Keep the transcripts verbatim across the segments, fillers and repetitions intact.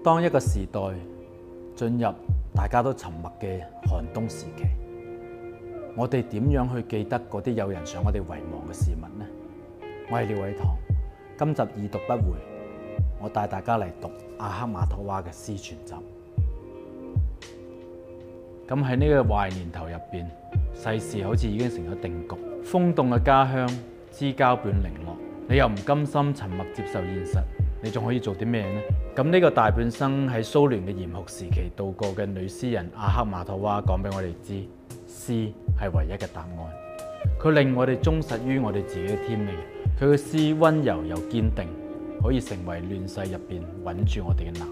當一個時代進入大家都沉默嘅寒冬時期，我哋點樣去記得嗰啲有人想我哋遺忘嘅事物呢？我係廖偉棠，今集已讀不回，我帶大家嚟讀阿克瑪托娃嘅詩全集。咁喺呢個壞年頭入邊，世事好似已經成咗定局，風凍嘅家鄉，知交變零落，你又唔甘心沉默接受現實，你仲可以做啲咩呢？咁呢個大半生喺蘇聯嘅嚴酷時期度過嘅女詩人阿克瑪托娃講俾我哋知，詩係唯一嘅答案。佢令我哋忠實於我哋自己嘅天命。佢嘅詩溫柔又堅定，可以成為亂世入邊穩住我哋嘅錨。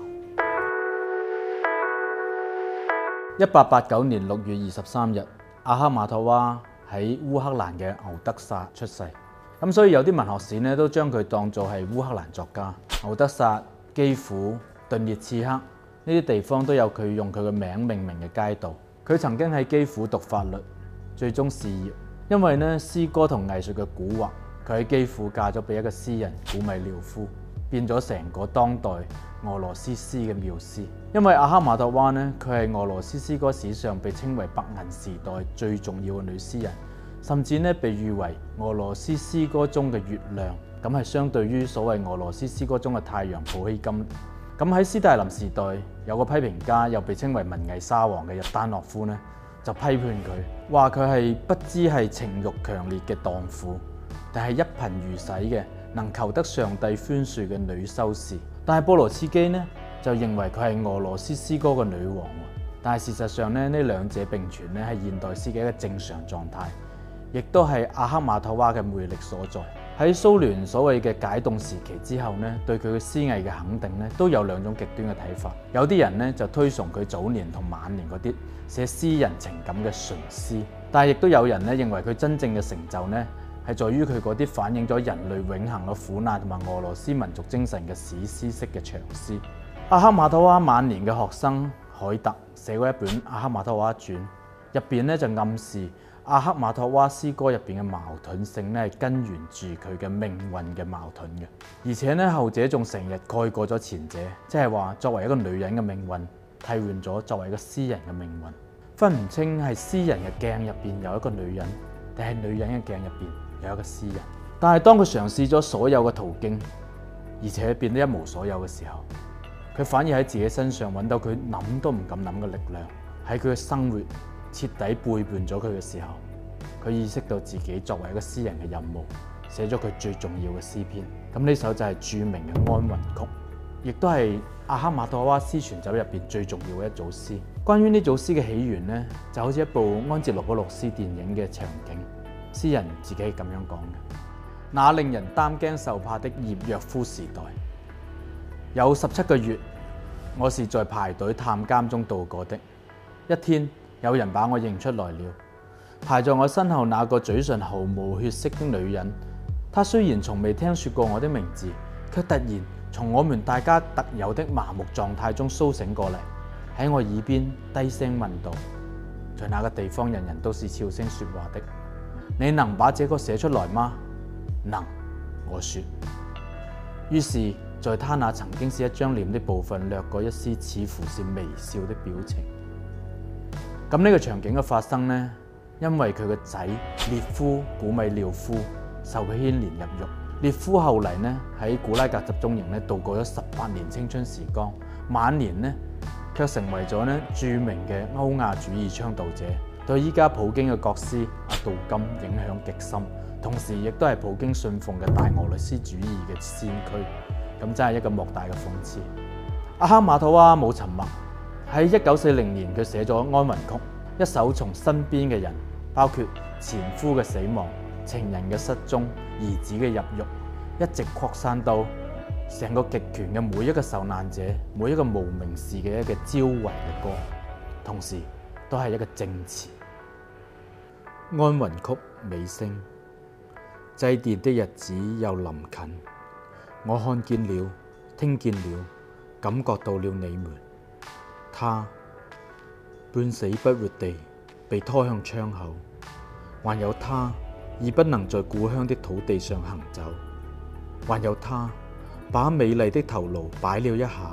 一八八九年六月二十三日，阿克瑪托娃喺烏克蘭嘅敖德薩出世。咁所以有啲文學史呢都將佢當作係烏克蘭作家。敖德薩、基輔、頓涅茨克呢啲地方都有佢用佢嘅名命名嘅街道。佢曾經喺基輔讀法律，最終事業。因為呢詩歌同藝術嘅蠱惑，佢喺基輔嫁咗俾一個詩人古米廖夫，變咗成個當代俄羅斯詩嘅繆斯。因為阿克瑪托娃呢，佢係俄羅斯詩歌史上被稱為白銀時代最重要嘅女詩人，甚至呢被譽為俄羅斯詩歌中嘅月亮。咁係相對於所謂俄羅斯詩歌中嘅太陽普希金。咁喺斯大林時代，有個批評家又被稱為文藝沙皇嘅日丹諾夫呢，就批判佢，話佢係不知係情慾強烈嘅蕩婦，但係一貧如洗嘅，能求得上帝寬恕嘅女修士。但係波羅茨基呢就認為佢係俄羅斯詩歌嘅女王。但係事實上呢，呢兩者並存呢係現代詩嘅一個正常狀態，亦都係阿克瑪托娃嘅魅力所在。喺蘇聯所謂嘅解凍時期之後呢，對佢嘅詩藝嘅肯定呢都有兩種極端嘅睇法。有啲人呢就推崇佢早年同晚年嗰啲寫詩人情感嘅純詩，但係亦都有人呢認為佢真正嘅成就呢係在於佢嗰啲反映咗人類永恆嘅苦難同埋俄羅斯民族精神嘅史詩式嘅長詩。阿克瑪托娃晚年嘅學生海特寫過一本《阿克瑪托娃傳》，入邊呢就暗示阿克瑪托娃詩歌入邊嘅矛盾性呢係根源住佢嘅命運嘅矛盾嘅，而且呢後者仲成日蓋過咗前者，即係話作為一個女人嘅命運替換咗作為一個詩人嘅命運，分唔清係詩人嘅鏡入邊有一個女人，定係女人嘅鏡入邊有一個詩人。但係當佢嘗試咗所有嘅途徑，而且變得一無所有嘅時候，佢反而喺自己身上揾到佢諗都唔敢諗嘅力量。喺佢嘅生活徹底背叛咗佢嘅時候，佢意識到自己作為一個詩人嘅任務，寫咗佢最重要嘅詩篇。咁呢首就係著名嘅安魂曲，亦都係阿克瑪托娃詩全集入邊最重要嘅一組詩。關於呢組詩嘅起源呢，就好似一部安哲羅普洛斯電影嘅場景。詩人自己係咁樣講嘅：那令人擔驚受怕的葉若夫時代，有十七個月，我是在排隊探監中度過的。一天，有人把我認出來了，排在我身後那個嘴唇毫無血色的女人，她雖然從未聽說過我的名字，卻突然從我們大家特有的麻木狀態中甦醒過嚟，喺我耳邊低聲問道：在那個地方人人都是悄聲說話的，你能把這個寫出來嗎？能，我說。於是在他那曾經是一張臉的部分掠過一絲似乎是微笑的表情。咁呢個場景嘅發生呢，因為佢個仔列夫古米廖夫受佢牽連入獄。列夫後嚟呢喺古拉格集中營呢度過咗十八年青春時光，晚年呢卻成為咗呢著名嘅歐亞主義倡導者，對依家普京嘅國師阿杜金影響極深，同時亦都係普京信奉嘅大俄羅斯主義嘅先驅。咁真係一個莫大嘅諷刺。阿克瑪托娃冇沉默。喺一九四零年，佢寫咗《安魂曲》，一首從身邊嘅人，包括前夫嘅死亡、情人嘅失蹤、兒子嘅入獄，一直擴散到成個極權嘅每一個受難者、每一個無名氏嘅一個招魂嘅歌，同時都係一個證詞。《安魂曲》尾聲，祭奠的日子又臨近，我看見了，聽見了，感覺到了你們。他半死不活地被拖向窗口，還有他已不能在故鄉的土地上行走，還有他把美麗的頭顱擺了一下，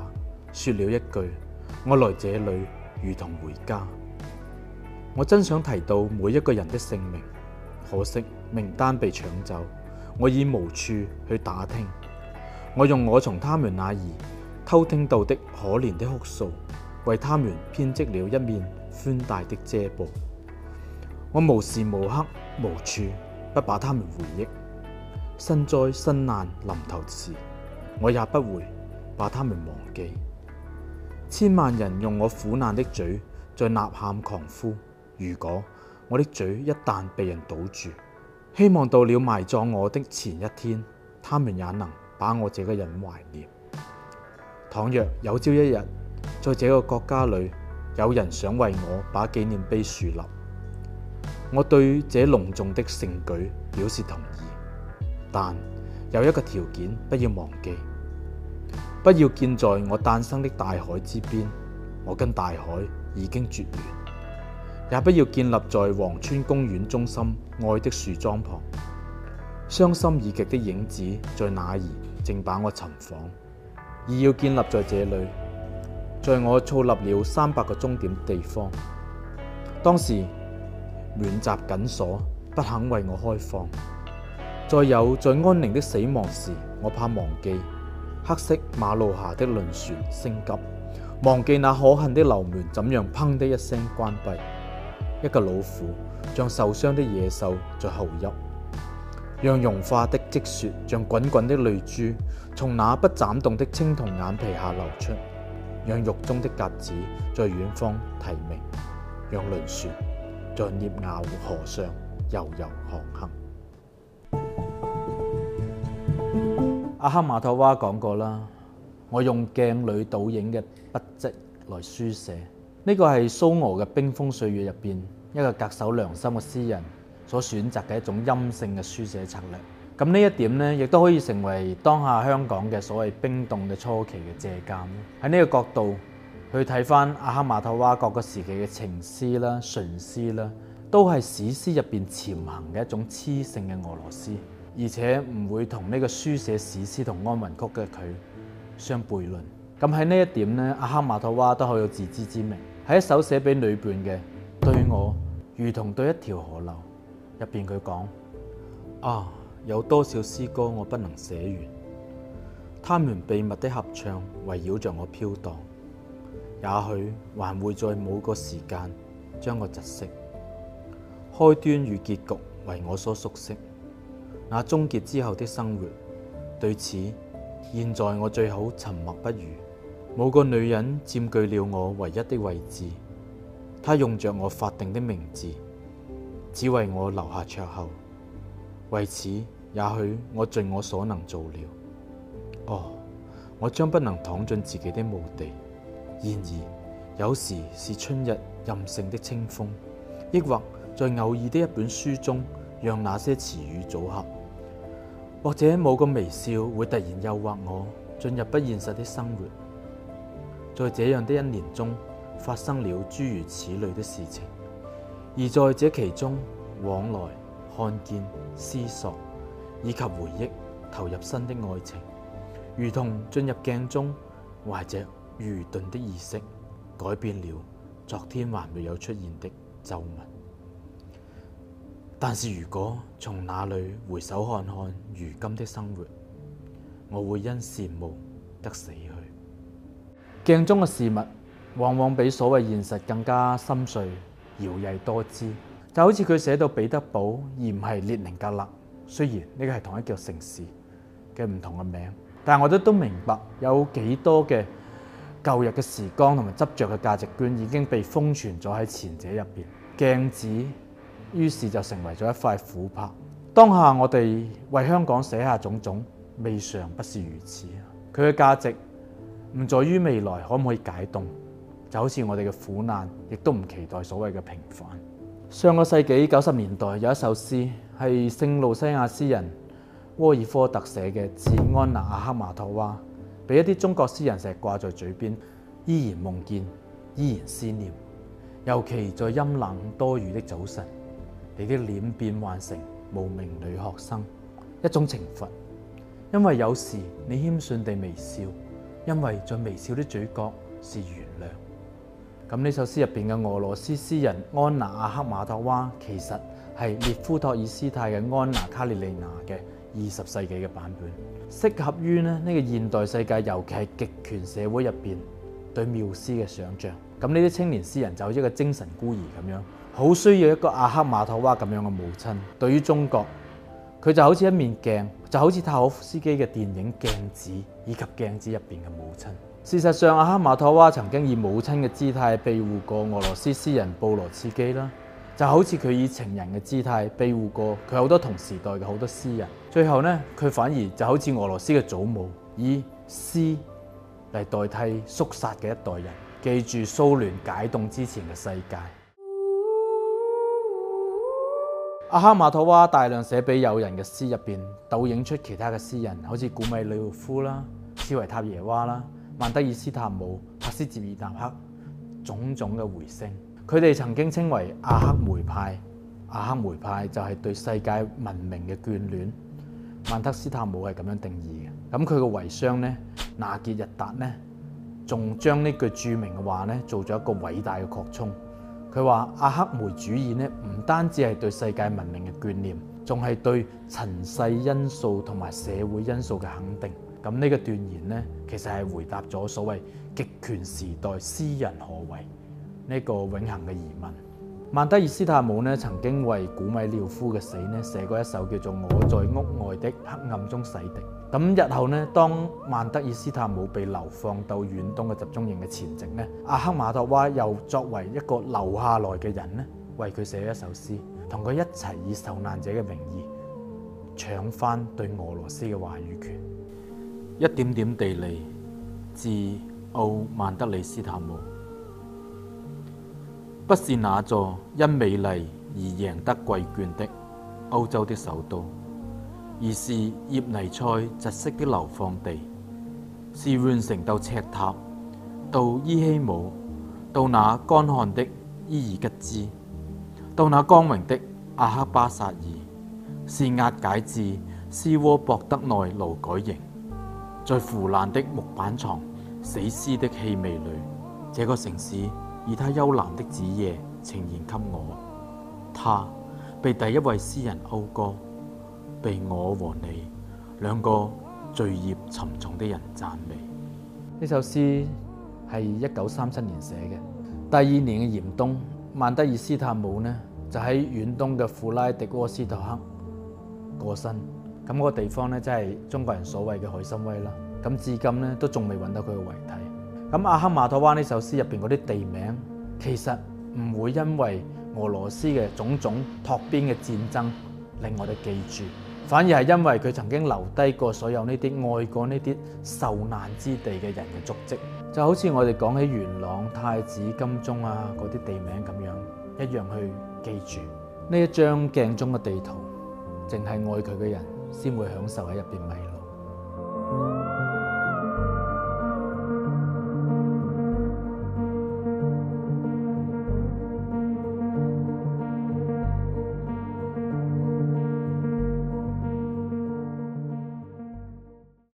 說了一句：我來這裏如同回家。我真想提到每一個人的姓名，可惜名單被搶走，我已無處去打聽。我用我從他們那兒偷聽到的可憐的哭訴，為他們編織了一面寬大的遮布。我無時無刻無處不把他們回憶，身災身難臨頭時，我也不會把他們忘記。千萬人用我苦難的嘴在吶喊狂呼，如果我的嘴一旦被人堵住，希望到了埋葬我的前一天，他們也能把我這個人懷念。倘若有朝一日，在這個國家裏有人想為我把紀念碑樹立，我對這隆重的盛舉表示同意，但有一個條件，不要忘記，不要建在我誕生的大海之邊，我跟大海已經絕緣；也不要建立在黃村公園中心愛的樹樁旁，傷心已極的影子在那兒正把我尋訪，而要建立在這裏，在我創立了三百個終點地方，當時門閘緊鎖，不肯為我開放。再有在安寧的死亡時，我怕忘記黑色馬路下的輪船升急，忘記那可恨的樓門怎樣砰的一聲關閉。一個老虎像受傷的野獸在後泣，讓融化的積雪像滾滾的淚珠從那不斬動的青銅眼皮下流出，讓獄中的鴿子在遠方啼鳴，讓輪船在鎳瓦河上悠悠航行。阿克馬托娃講過啦，我用鏡裏倒影嘅筆跡來書寫，呢個係蘇俄嘅冰封歲月入邊一個恪守良心嘅詩人所選擇嘅一種陰性嘅書寫策略。咁呢一點呢，亦都可以成為當下香港嘅所謂冰凍嘅初期嘅借鑑。喺呢個角度去睇翻阿克馬托娃各個時期嘅情詩啦、純詩啦，都係史詩入邊潛行嘅一種痴性嘅俄羅斯，而且唔會同呢個書寫史詩同安魂曲嘅佢相悖論。咁喺呢一點呢，阿克馬托娃都好有自知之明。喺一首寫俾女伴嘅《對我如同對一條河流》入邊，佢講：啊，有多少詩歌我不能寫完，他們秘密的合唱圍繞着我飄蕩，也許還會在某個時間將我窒息。開端與結局為我所熟悉，那終結之後的生活，對此現在我最好沉默不語。某個女人佔據了我唯一的位置，她用着我法定的名字，只為我留下綽號。為此，也許我盡我所能做了。哦，我將不能躺進自己的墓地。然而，有時是春日任性的清風，抑或在偶爾的一本書中，讓那些詞語組合，或者某個微笑會突然誘惑我進入不現實的生活。在這樣的一年中，發生了諸如此類的事情，而在這其中，往來、看見、思索以及回憶，投入新的愛情，如同進入鏡中，懷着愚鈍的意識，改變了昨天還沒有出現的皺紋。但是如果從那裏回首看看如今的生活，我會因羨慕得死去。鏡中嘅事物往往比所謂現實更加深邃、搖曳多姿，就好似佢寫到彼得堡而唔係列寧格勒。雖然呢個係同一個城市嘅唔同嘅名，但係我哋都明白有幾多嘅舊日嘅時光同埋執着嘅價值觀已經被封存咗喺前者入邊。鏡子於是就成為咗一塊琥珀。當下我哋為香港寫下種種，未嘗不是如此。佢嘅價值唔在於未來可唔可以解凍，就好似我哋嘅苦難，亦都唔期待所謂嘅平凡。上個世紀九十年代有一首詩係聖路西亞詩人沃爾科特寫嘅《致安娜阿克馬托娃》，俾一啲中國詩人成日掛在嘴邊，依然夢見，依然思念。尤其在陰冷多雨的早晨，你的臉變幻成無名女學生，一種懲罰。因為有時你謙遜地微笑， 因為在微笑的嘴角是原諒。咁呢首詩入邊嘅俄羅斯詩人安娜·阿克馬托娃，其實係列夫托爾斯泰嘅安娜·卡列尼娜嘅二十世紀嘅版本，適合於呢呢個現代世界，尤其係極權社會入邊對繆斯嘅想像。咁呢啲青年詩人就好似一個精神孤兒咁樣，好需要一個阿克馬托娃咁樣嘅母親。對於中國，佢就好似一面鏡，就好似塔可夫斯基嘅電影《鏡子》以及《鏡子》入邊嘅母親。事實上，阿克馬托娃曾經以母親嘅姿態庇護過俄羅斯詩人布羅茨基啦，就好似佢以情人嘅姿態庇護過佢好多同時代嘅好多詩人。最後呢，佢反而就好似俄羅斯嘅祖母，以詩嚟代替肅殺嘅一代人，記住蘇聯解凍之前嘅世界。阿克馬托娃大量寫俾友人嘅詩入邊，倒映出其他嘅詩人，好似古米里奧夫啦、斯維塔耶娃啦、曼德爾斯塔姆、帕斯捷爾納克種種嘅回聲。佢哋曾經稱為阿克梅派，阿克梅派就係對世界文明嘅眷戀。曼德斯塔姆係咁樣定義嘅。咁佢嘅遺孀呢，納傑日達呢，仲將呢句著名嘅話呢做咗一個偉大嘅擴充。佢話阿克梅主義呢，唔單止係對世界文明嘅眷念，仲係對塵世因素同埋社會因素嘅肯定。咁呢個斷言呢，其實係回答咗所謂極權時代詩人何為呢個永恆嘅疑問。曼德爾斯塔姆呢，曾經為古米廖夫嘅死呢寫過一首叫做《我在屋外的黑暗中洗滌》。咁日後呢，當曼德爾斯塔姆被流放到遠東嘅集中營嘅前夕呢，阿克馬托娃又作為一個留下來嘅人呢，為佢寫咗一首詩，同佢一齊以受難者嘅名義搶翻對俄羅斯嘅話語權。一點點地利，致奧曼德里斯塔姆。不是那座因美麗而贏得貴眷的歐洲的首都，而是葉尼塞窒息的流放地，是亂成到赤塔，到伊希姆，到那乾旱的伊爾吉茲，到那光榮的阿克巴薩爾，是押解至斯沃博德內勞改營，在腐爛的木板床、死屍的氣味裏，這個城市以他幽藍的子夜呈現給我，他被第一位詩人謳歌，被我和你兩個罪孽沉重的人讚美。呢首詩係一九三七年寫嘅。第二年嘅嚴冬，曼德爾斯塔姆呢就喺遠東嘅庫拉迪沃斯托克過身。咁、那、嗰個地方呢，即係中國人所謂嘅海參崴啦。咁至今呢，都仲未揾到佢嘅遺體。咁阿克馬托娃呢首詩入邊嗰啲地名，其實唔會因為俄羅斯嘅種種拓邊嘅戰爭令我哋記住，反而係因為佢曾經留低過所有呢啲愛過呢啲受難之地嘅人嘅足跡，就好似我哋講起元朗、太子、金鐘啊嗰啲地名咁樣，一樣去記住呢一張鏡中嘅地圖，淨係愛佢嘅人先會享受喺入邊迷路。